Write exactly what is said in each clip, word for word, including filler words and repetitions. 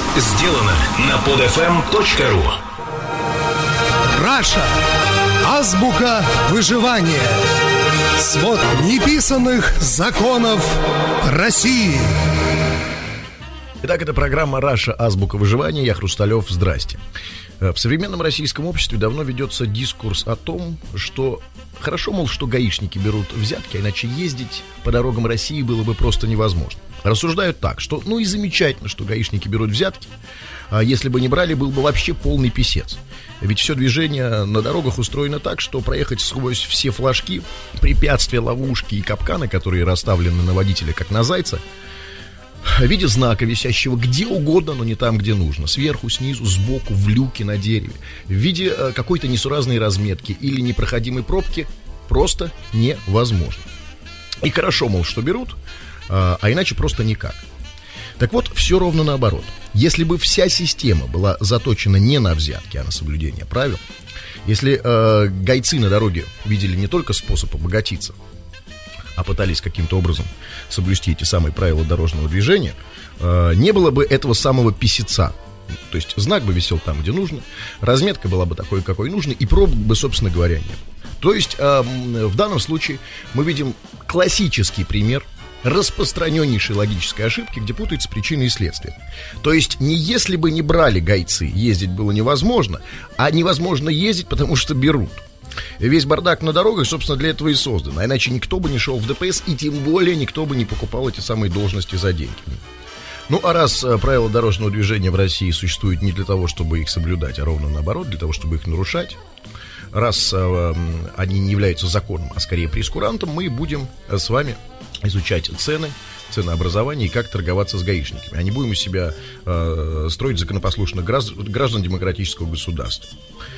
сделано на подфм точка ру. Раша. Азбука выживания. Свод неписанных законов России. Итак, это программа «Раша. Азбука выживания». Я Хрусталев. Здрасте. В современном российском обществе давно ведется дискурс о том, что хорошо, мол, что гаишники берут взятки, а иначе ездить по дорогам России было бы просто невозможно. Рассуждают так, что ну и замечательно, что гаишники берут взятки, а если бы не брали, был бы вообще полный писец. Ведь все движение на дорогах устроено так, что проехать сквозь все флажки, препятствия, ловушки и капканы, которые расставлены на водителя как на зайца, в виде знака, висящего где угодно, но не там, где нужно. Сверху, снизу, сбоку, в люке на дереве. В виде э, какой-то несуразной разметки или непроходимой пробки просто невозможно. И хорошо, мол, что берут, э, а иначе просто никак. Так вот, все ровно наоборот. Если бы вся система была заточена не на взятки, а на соблюдение правил, если э, гайцы на дороге видели не только способ обогатиться, а пытались каким-то образом соблюсти эти самые правила дорожного движения, э, не было бы этого самого писеца. То есть знак бы висел там, где нужно, разметка была бы такой, какой нужно, и пробок бы, собственно говоря, не было. То есть э, в данном случае мы видим классический пример распространеннейшей логической ошибки, где путаются причины и следствия. То есть не если бы не брали гайцы, ездить было невозможно, а невозможно ездить, потому что берут. Весь бардак на дорогах, собственно, для этого и создан. А иначе никто бы не шел в ДПС, и тем более никто бы не покупал эти самые должности за деньги. Ну, а раз правила дорожного движения в России существуют не для того, чтобы их соблюдать, а ровно наоборот, для того, чтобы их нарушать, раз э, они не являются законом, а скорее прескурантом, мы будем с вами изучать цены, ценообразование и как торговаться с гаишниками. А не будем из себя э, строить законопослушных граждан демократического государства.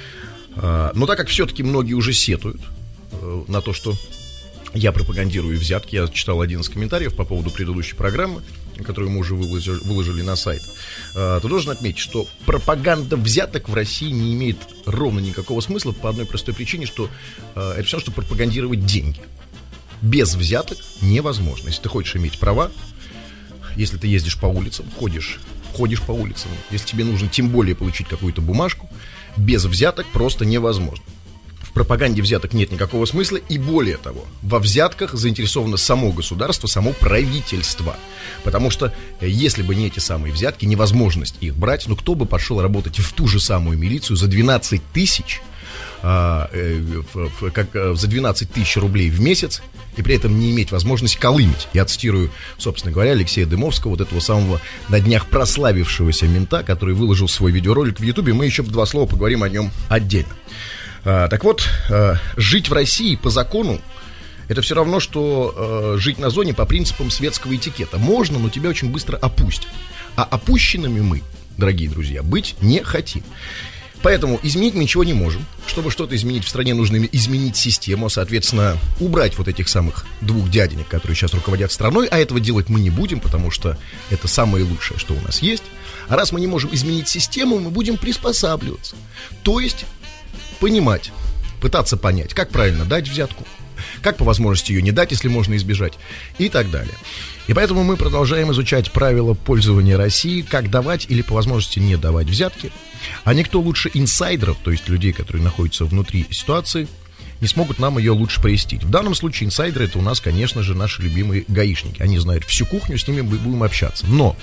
Но так как все-таки многие уже сетуют э, на то, что я пропагандирую взятки, я читал один из комментариев по поводу предыдущей программы, которую мы уже выложили, выложили на сайт, э, то должен отметить, что пропаганда взяток в России не имеет ровно никакого смысла по одной простой причине, что э, это все равно, что пропагандировать деньги. Без взяток невозможно. Если ты хочешь иметь права, если ты ездишь по улицам, ходишь, ходишь по улицам, если тебе нужно тем более получить какую-то бумажку, без взяток просто невозможно. В пропаганде взяток нет никакого смысла, и более того, во взятках заинтересовано само государство, само правительство. Потому что если бы не эти самые взятки, невозможность их брать, ну кто бы пошел работать в ту же самую милицию за двенадцать тысяч, а, э, в, как, за двенадцать тысяч рублей в месяц, и при этом не иметь возможности колымить. Я цитирую, собственно говоря, Алексея Дымовского, вот этого самого на днях прославившегося мента, который выложил свой видеоролик в Ютубе. Мы еще в два слова поговорим о нем отдельно. а, Так вот, а, жить в России по закону — это все равно, что а, жить на зоне по принципам светского этикета. Можно, но тебя очень быстро опустят. А опущенными мы, дорогие друзья, быть не хотим. Поэтому изменить мы ничего не можем. Чтобы что-то изменить в стране, нужно изменить систему, соответственно, убрать вот этих самых двух дяденек, которые сейчас руководят страной, а этого делать мы не будем, потому что это самое лучшее, что у нас есть. А раз мы не можем изменить систему, мы будем приспосабливаться. То есть понимать, пытаться понять, как правильно дать взятку, как по возможности ее не дать, если можно избежать, и так далее. И поэтому мы продолжаем изучать правила пользования России, как давать или по возможности не давать взятки. А никто лучше инсайдеров, то есть людей, которые находятся внутри ситуации, не смогут нам ее лучше прояснить. В данном случае инсайдеры — это у нас, конечно же, наши любимые гаишники. Они знают всю кухню, с ними мы будем общаться. Но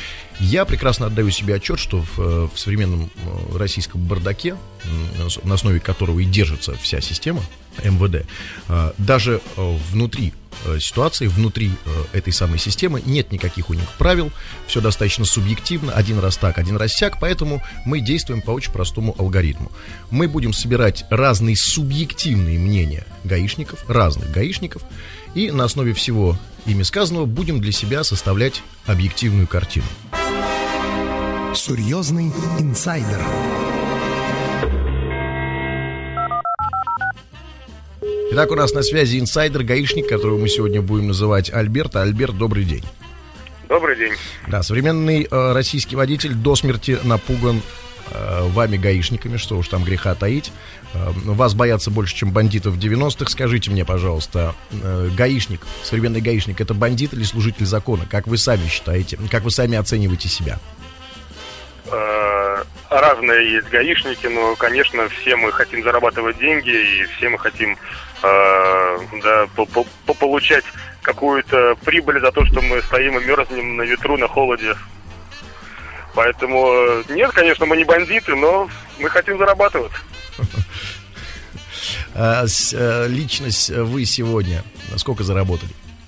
я прекрасно отдаю себе отчет, что в, в современном российском бардаке, на основе которого и держится вся система эм вэ дэ, даже внутри ситуации, внутри этой самой системы нет никаких у них правил, все достаточно субъективно, один раз так, один раз сяк, поэтому мы действуем по очень простому алгоритму. Мы будем собирать разные субъективные мнения гаишников, разных гаишников, и на основе всего ими сказанного будем для себя составлять объективную картину. Серьезный инсайдер. Итак, у нас на связи инсайдер-гаишник, которого мы сегодня будем называть Альберт. Альберт, добрый день. Добрый день. Да, современный э, российский водитель до смерти напуган э, вами, гаишниками, что уж там греха таить. Э, вас боятся больше, чем бандитов в девяностых. Скажите мне, пожалуйста, э, гаишник, современный гаишник — это бандит или служитель закона? Как вы сами считаете, как вы сами оцениваете себя? э, разные есть гаишники, но, конечно, все мы хотим зарабатывать деньги, и все мы хотим э, да, получать какую-то прибыль за то, что мы стоим и мерзнем на ветру, на холоде. Поэтому, нет, конечно, мы не бандиты, но мы хотим зарабатывать. Личность вы сегодня сколько заработали?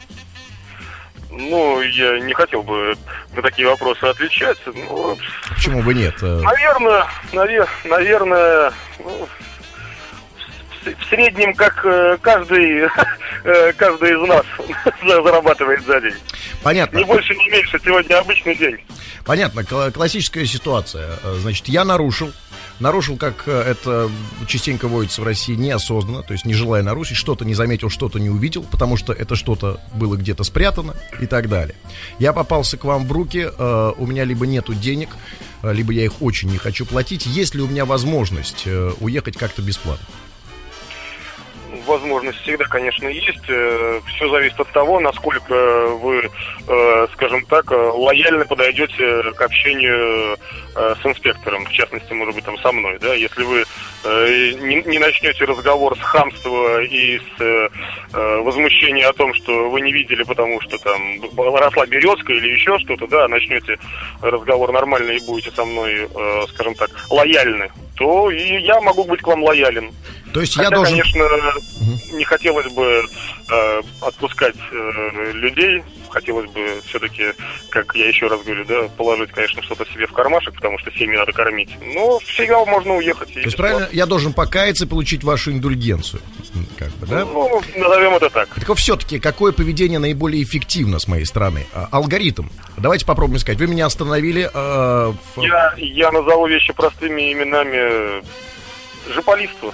Ну, я не хотел бы на такие вопросы отвечать. Но... Почему бы нет? Наверное, навер... наверное, ну, в среднем, как каждый, каждый из нас зарабатывает за день. Понятно. Не больше, не меньше. Сегодня обычный день. Понятно. Классическая ситуация. Значит, я нарушил. Нарушил, как это частенько водится в России, неосознанно, то есть не желая нарушить, что-то не заметил, что-то не увидел, потому что это что-то было где-то спрятано и так далее. Я попался к вам в руки, э, у меня либо нету денег, либо я их очень не хочу платить. Есть ли у меня возможность э, уехать как-то бесплатно? Возможность всегда, конечно, есть. Все зависит от того, насколько вы, скажем так, лояльно подойдете к общению с инспектором, в частности, может быть, там со мной, да. Если вы не начнете разговор с хамства и с возмущения о том, что вы не видели, потому что там росла березка или еще что-то, да, начнете разговор нормально и будете со мной, скажем так, лояльны, то и я могу быть к вам лоялен. То есть Хотя, я должен... конечно, угу. не хотелось бы э, отпускать э, людей. Хотелось бы все-таки, как я еще раз говорю, да, положить, конечно, что-то себе в кармашек, потому что семьи надо кормить. Но всегда можно уехать. То есть, правильно, я должен покаяться и получить вашу индульгенцию, как бы, да? Ну, назовем это так. Так все-таки, какое поведение наиболее эффективно с моей стороны? А, алгоритм. Давайте попробуем сказать. Вы меня остановили... Э, в... я, я назову вещи простыми именами. Жополиство.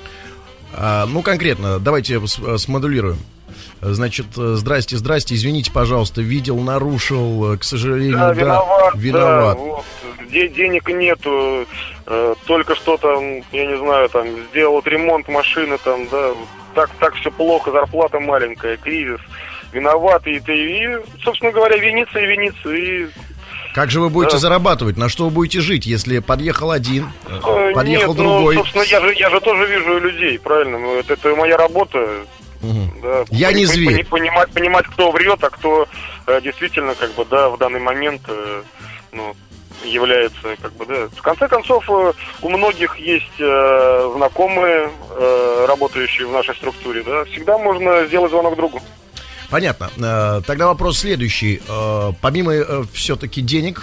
А, ну, конкретно, давайте смодулируем. Значит, здрасте, здрасте, извините, пожалуйста, видел, нарушил, к сожалению, да, да, виноват, виноват. Да, вот, денег нету, э, только что там, я не знаю, там, сделал ремонт машины, там, да, так, так все плохо, зарплата маленькая, кризис, виноват, и, и, и собственно говоря, виниться и виниться, и... Как же вы будете да. зарабатывать? На что вы будете жить, если подъехал один, э, подъехал нет, другой? Ну, собственно, я же, я же тоже вижу людей, правильно? Это, это моя работа. Угу. Да, я не зверь. Понимать, понимать, кто врет, а кто э, действительно, как бы, да, в данный момент, э, ну, является, как бы, да. В конце концов, э, у многих есть э, знакомые, э, работающие в нашей структуре, да. Всегда можно сделать звонок другу. Понятно. Тогда вопрос следующий. Помимо все-таки денег,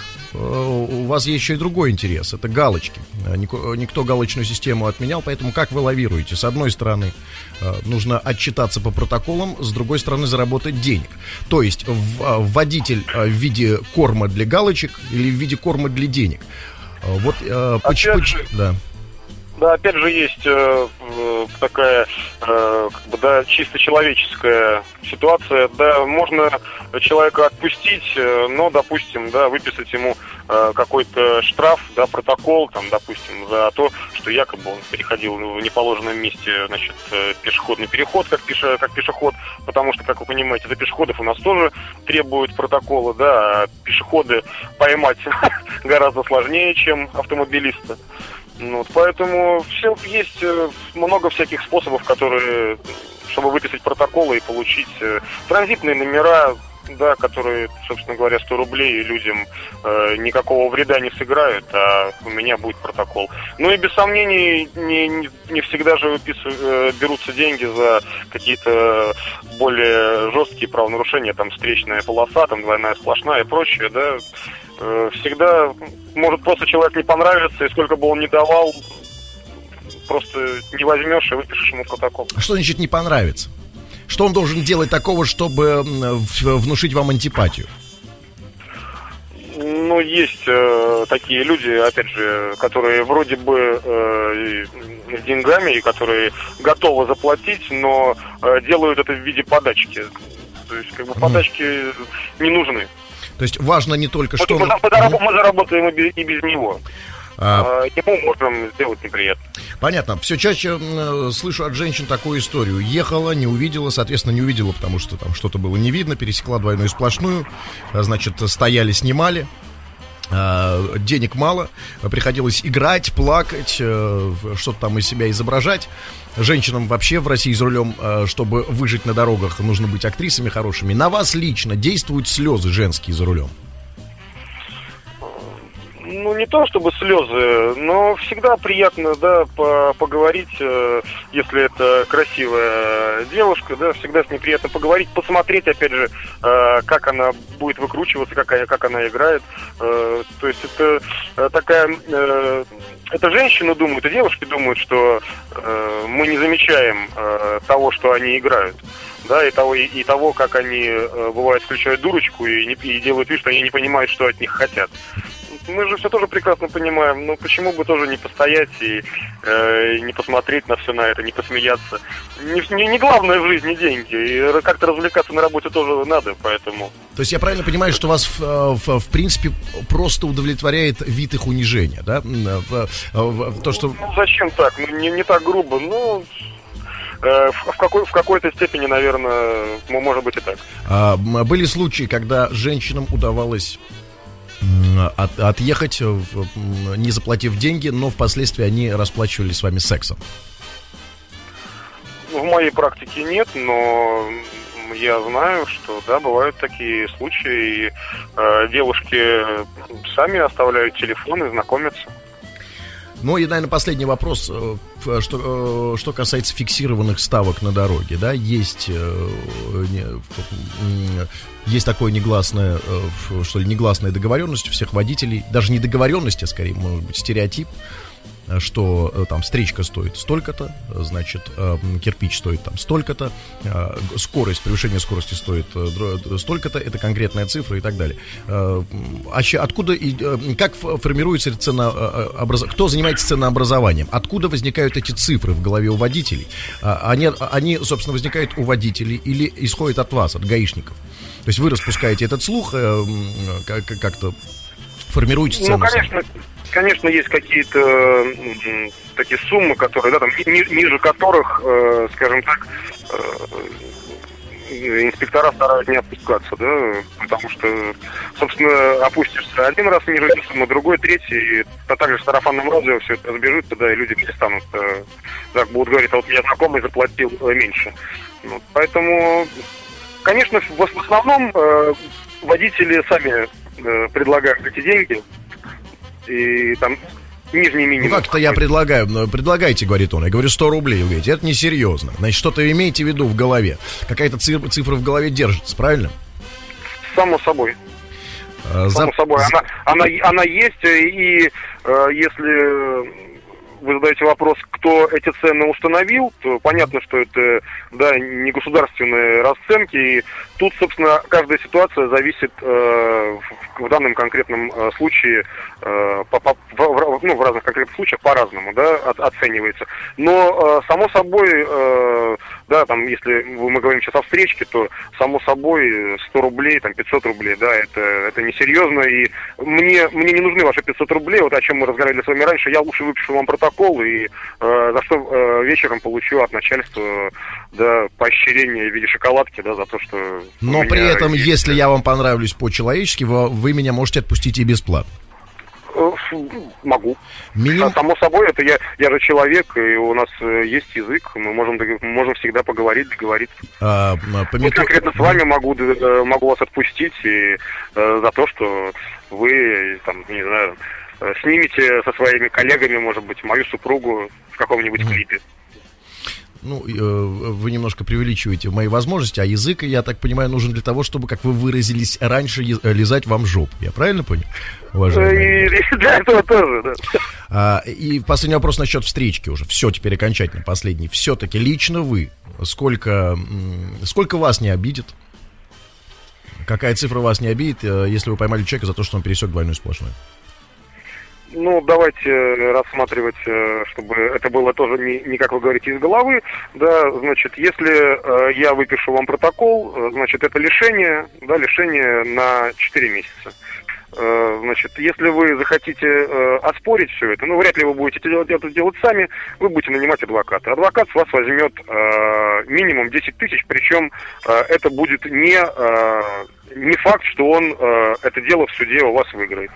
у вас есть еще и другой интерес. Это галочки. Никто галочную систему отменял, поэтому как вы лавируете? С одной стороны, нужно отчитаться по протоколам, с другой стороны, заработать денег. То есть водитель в виде корма для галочек или в виде корма для денег. Вот почему... Да. Да, опять же, есть э, такая, э, как бы, да, чисто человеческая ситуация. Да, можно человека отпустить, э, но, допустим, да, выписать ему э, какой-то штраф, да, протокол, там, допустим, за то, что якобы он переходил в неположенном месте, значит, пешеходный переход, как, пеше, как пешеход, потому что, как вы понимаете, за пешеходов у нас тоже требуют протокола, да, а пешеходы поймать гораздо сложнее, чем автомобилиста. Ну, вот, поэтому все, есть много всяких способов, которые, чтобы выписать протоколы и получить э, транзитные номера, да, которые, собственно говоря, сто рублей людям э, никакого вреда не сыграют, а у меня будет протокол. Ну и без сомнений не, не, не всегда же выписывают, э, берутся деньги за какие-то более жесткие правонарушения, там встречная полоса, там двойная сплошная и прочее, да. Всегда может просто человек не понравиться, и сколько бы он ни давал, просто не возьмешь и выпишешь ему протокол. Что значит не понравится? Что он должен делать такого, чтобы внушить вам антипатию? Ну, есть э, такие люди, опять же, которые вроде бы э, с деньгами, и которые готовы заплатить, но э, делают это в виде подачки. То есть, как бы, подачки mm. не нужны. То есть важно не только вот что... Мы, мы, зараб- мы заработаем и без, и без него. А... Ему можем сделать неприятно. Понятно. Все чаще э, слышу от женщин такую историю. Ехала, не увидела, соответственно, не увидела, потому что там что-то было не видно, пересекла двойную сплошную, значит, стояли, снимали. денег мало, приходилось играть, плакать, что-то там из себя изображать. Женщинам вообще в России за рулем, чтобы выжить на дорогах, нужно быть актрисами хорошими. На вас лично действуют слезы женские за рулем? Ну, не то чтобы слезы, но всегда приятно, да, по- поговорить, э, если это красивая девушка, да, всегда с ней приятно поговорить, посмотреть, опять же, э, как она будет выкручиваться, как, как она играет. Э, то есть это э, такая... Э, это женщины думают, и девушки думают, что э, мы не замечаем э, того, что они играют. Да, и того, и, и того, как они, э, бывает, включают дурочку и, не, и делают вид, что они не понимают, что от них хотят. Мы же все тоже прекрасно понимаем, но почему бы тоже не постоять и э, не посмотреть на все на это, не посмеяться. Не, не, не главное в жизни деньги, и как-то развлекаться на работе тоже надо, поэтому... То есть я правильно понимаю, что вас, в, в, в принципе, просто удовлетворяет вид их унижения, да? То, что... Ну, зачем так? Ну, не, не так грубо, ну... В, в, какой, в какой-то степени, наверное, может быть и так. А, были случаи, когда женщинам удавалось... От, отъехать, не заплатив деньги, но впоследствии они расплачивались с вами сексом? В моей практике нет, но я знаю, что да, бывают такие случаи, и э, девушки сами оставляют телефон и знакомятся. Ну и, наверное, последний вопрос, что, что касается фиксированных ставок на дороге, да, есть, есть такое негласное, что ли, негласная договоренность у всех водителей, даже не договоренность, а скорее, может быть, стереотип, что там встречка стоит столько-то, значит, кирпич стоит там столько-то, скорость, превышение скорости стоит столько-то, это конкретная цифра и так далее. Откуда и как формируется ценообразование? Кто занимается ценообразованием? Откуда возникают эти цифры в голове у водителей? Они, они, собственно, возникают у водителей или исходят от вас, от гаишников? То есть вы распускаете этот слух, как-то формируете цену? Ну, конечно. Конечно, есть какие-то м, такие суммы, которые, да, там, ни, ниже которых, э, скажем так, э, инспектора стараются не опускаться, да, потому что, собственно, опустишься один раз ниже суммы, другой, третий, и а также в сарафанном радио все это разбежится, да, и люди перестанут, э, так будут говорить, а вот я знакомый заплатил э, меньше. Вот, поэтому, конечно, в, в основном э, водители сами э, предлагают эти деньги. И там нижний минимум. Ну как-то я предлагаю, предлагайте, говорит он. Я говорю, сто рублей, вы говорите, это несерьезно. Значит, что-то имеете в виду в голове. Какая-то цифра, цифра в голове держится, правильно? Само собой. А, Само за... собой. Она, она, она есть, и э, если вы задаете вопрос, кто эти цены установил, то понятно, что это, да, не государственные расценки, и тут, собственно, каждая ситуация зависит э, в, в данном конкретном э, случае, э, по, по, в, ну, в разных конкретных случаях по-разному, да, от, оценивается. Но, э, само собой, э, да, там, если мы говорим сейчас о встречке, то, само собой, сто рублей, там, пятьсот рублей, да, это, это несерьезно, и мне, мне не нужны ваши пятьсот рублей, вот о чем мы разговаривали с вами раньше, я лучше выпишу вам протокол, и э, за что э, вечером получу от начальства, да, поощрение в виде шоколадки, да, за то, что... Но при этом, есть... если я вам понравлюсь по-человечески, вы, вы меня можете отпустить и бесплатно. Могу. Миним... А, само собой, это я, я же человек, и у нас есть язык, мы можем, можем всегда поговорить, договориться. А, по метро... вот конкретно с вами могу, могу вас отпустить и, э, за то, что вы, там, не знаю, снимите со своими коллегами, может быть, мою супругу в каком-нибудь mm. клипе. Ну, вы немножко преувеличиваете мои возможности, а язык, я так понимаю, нужен для того, чтобы, как вы выразились раньше, лизать вам жопу. Я правильно понял, уважаемый? И для этого тоже, да. А, и последний вопрос насчет встречки уже. Все, теперь окончательно последний. Все-таки лично вы, сколько, сколько вас не обидит? Какая цифра вас не обидит, если вы поймали человека за то, что он пересек двойную сплошную? Ну, давайте рассматривать, чтобы это было тоже не, не как вы говорите, из головы. Да, значит, если э, я выпишу вам протокол, значит, это лишение, да, лишение на четыре месяца. Э, значит, если вы захотите э, оспорить все это, ну, вряд ли вы будете это делать, это делать сами, вы будете нанимать адвоката. Адвокат с вас возьмет э, минимум десять тысяч, причем э, это будет не, э, не факт, что он э, это дело в суде у вас выиграет.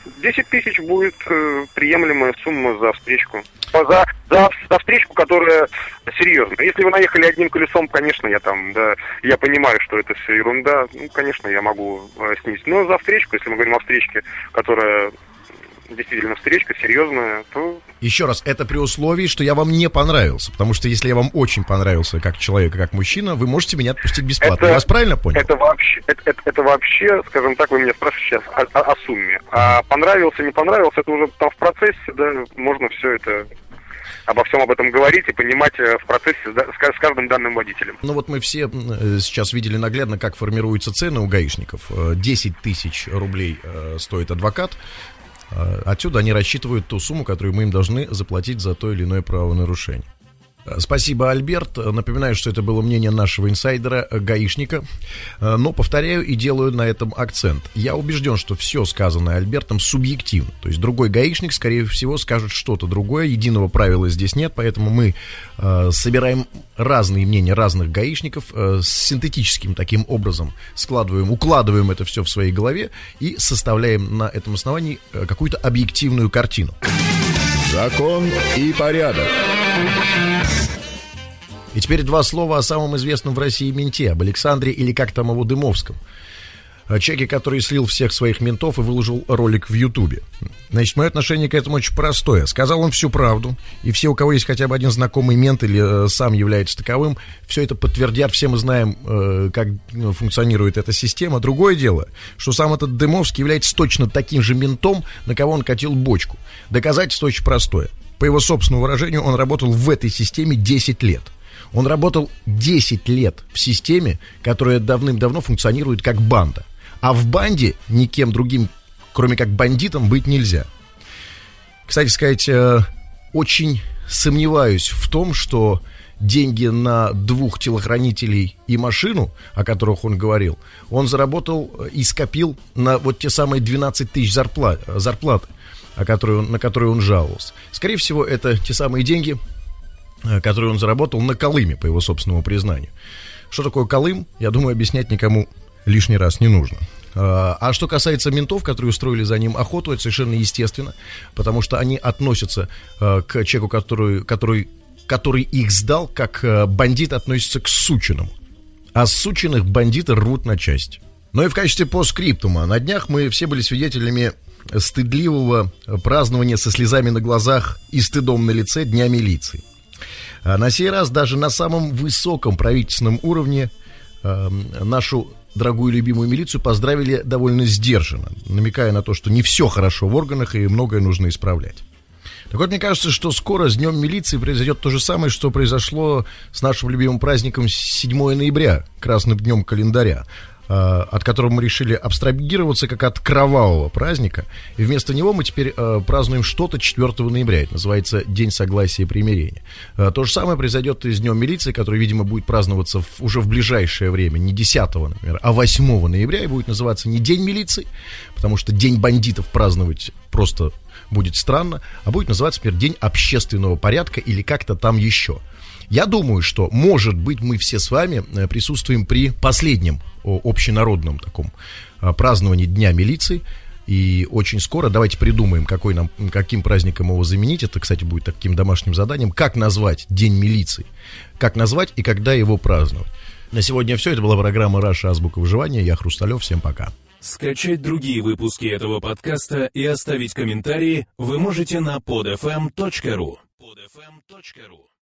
десять тысяч будет э, приемлемая сумма за встречку. За, за, за встречку, которая серьезная. Если вы наехали одним колесом, конечно, я там, да, я понимаю, что это все ерунда, ну, конечно, я могу э, снизить. Но за встречку, если мы говорим о встречке, которая действительно встречка серьезная, то... Еще раз, это при условии, что я вам не понравился. Потому что если я вам очень понравился как человек и как мужчина, вы можете меня отпустить бесплатно. Это, я вас правильно понял? Это вообще, это, это, это вообще, скажем так, вы меня спрашиваете сейчас о, о, о сумме. А понравился, не понравился, это уже там в процессе, да, можно все это... обо всем об этом говорить и понимать в процессе с каждым данным водителем. Ну вот мы все сейчас видели наглядно, как формируются цены у гаишников. десять тысяч рублей стоит адвокат. Отсюда они рассчитывают ту сумму, которую мы им должны заплатить за то или иное правонарушение. Спасибо, Альберт. Напоминаю, что это было мнение нашего инсайдера, гаишника. Но повторяю и делаю на этом акцент. Я убежден, что все сказанное Альбертом субъективно. То есть другой гаишник, скорее всего, скажет что-то другое. Единого правила здесь нет, поэтому мы э, собираем разные мнения разных гаишников, э, с синтетическим таким образом складываем, укладываем это все в своей голове и составляем на этом основании э, какую-то объективную картину. Закон и порядок. И теперь два слова о самом известном в России менте, об Александре или как там его Дымовском. Человеке, который слил всех своих ментов и выложил ролик в Ютубе. Значит, мое отношение к этому очень простое. Сказал он всю правду, и все, у кого есть хотя бы один знакомый мент или э, сам является таковым, все это подтвердят. Все мы знаем, э, как функционирует эта система. Другое дело, что сам этот Дымовский является точно таким же ментом, на кого он катил бочку. Доказательство очень простое. По его собственному выражению, он работал в этой системе десять лет. Он работал десять лет в системе, которая давным-давно функционирует как банда. А в банде никем другим, кроме как бандитом, быть нельзя. Кстати сказать, очень сомневаюсь в том, что деньги на двух телохранителей и машину, о которых он говорил, он заработал и скопил на вот те самые двенадцать тысяч зарплат, зарплат, на которые он жаловался. Скорее всего, это те самые деньги, которые он заработал на Колыме, по его собственному признанию. Что такое Колым, я думаю, объяснять никому лишний раз не нужно. А что касается ментов, которые устроили за ним охоту, это совершенно естественно, потому что они относятся к человеку, который, который, который их сдал, как бандит относится к сучинам. А сучиных бандиты рвут на части. Ну и в качестве постскриптума. На днях мы все были свидетелями стыдливого празднования со слезами на глазах и стыдом на лице Дня милиции. А на сей раз даже на самом высоком правительственном уровне э, нашу дорогую любимую милицию поздравили довольно сдержанно, намекая на то, что не все хорошо в органах и многое нужно исправлять. Так вот, мне кажется, что скоро с Днем милиции произойдет то же самое, что произошло с нашим любимым праздником седьмого ноября, красным днем календаря, от которого мы решили абстрагироваться как от кровавого праздника, и вместо него мы теперь э, празднуем что-то четвёртого ноября, это называется День согласия и примирения. Э, то же самое произойдет и с Днем милиции, который, видимо, будет праздноваться в, уже в ближайшее время, не десятого, например, а восьмого ноября, и будет называться не День милиции, потому что День бандитов праздновать просто будет странно, а будет называться, например, День общественного порядка или как-то там еще. Я думаю, что, может быть, мы все с вами присутствуем при последнем общенародном таком праздновании Дня милиции. И очень скоро давайте придумаем, какой нам, каким праздником его заменить. Это, кстати, будет таким домашним заданием. Как назвать День милиции? Как назвать и когда его праздновать? На сегодня все. Это была программа «Раша. Азбука выживания». Я Хрусталев. Всем пока. Скачать другие выпуски этого подкаста и оставить комментарии вы можете на под эф эм точка ру. под эф эм точка ру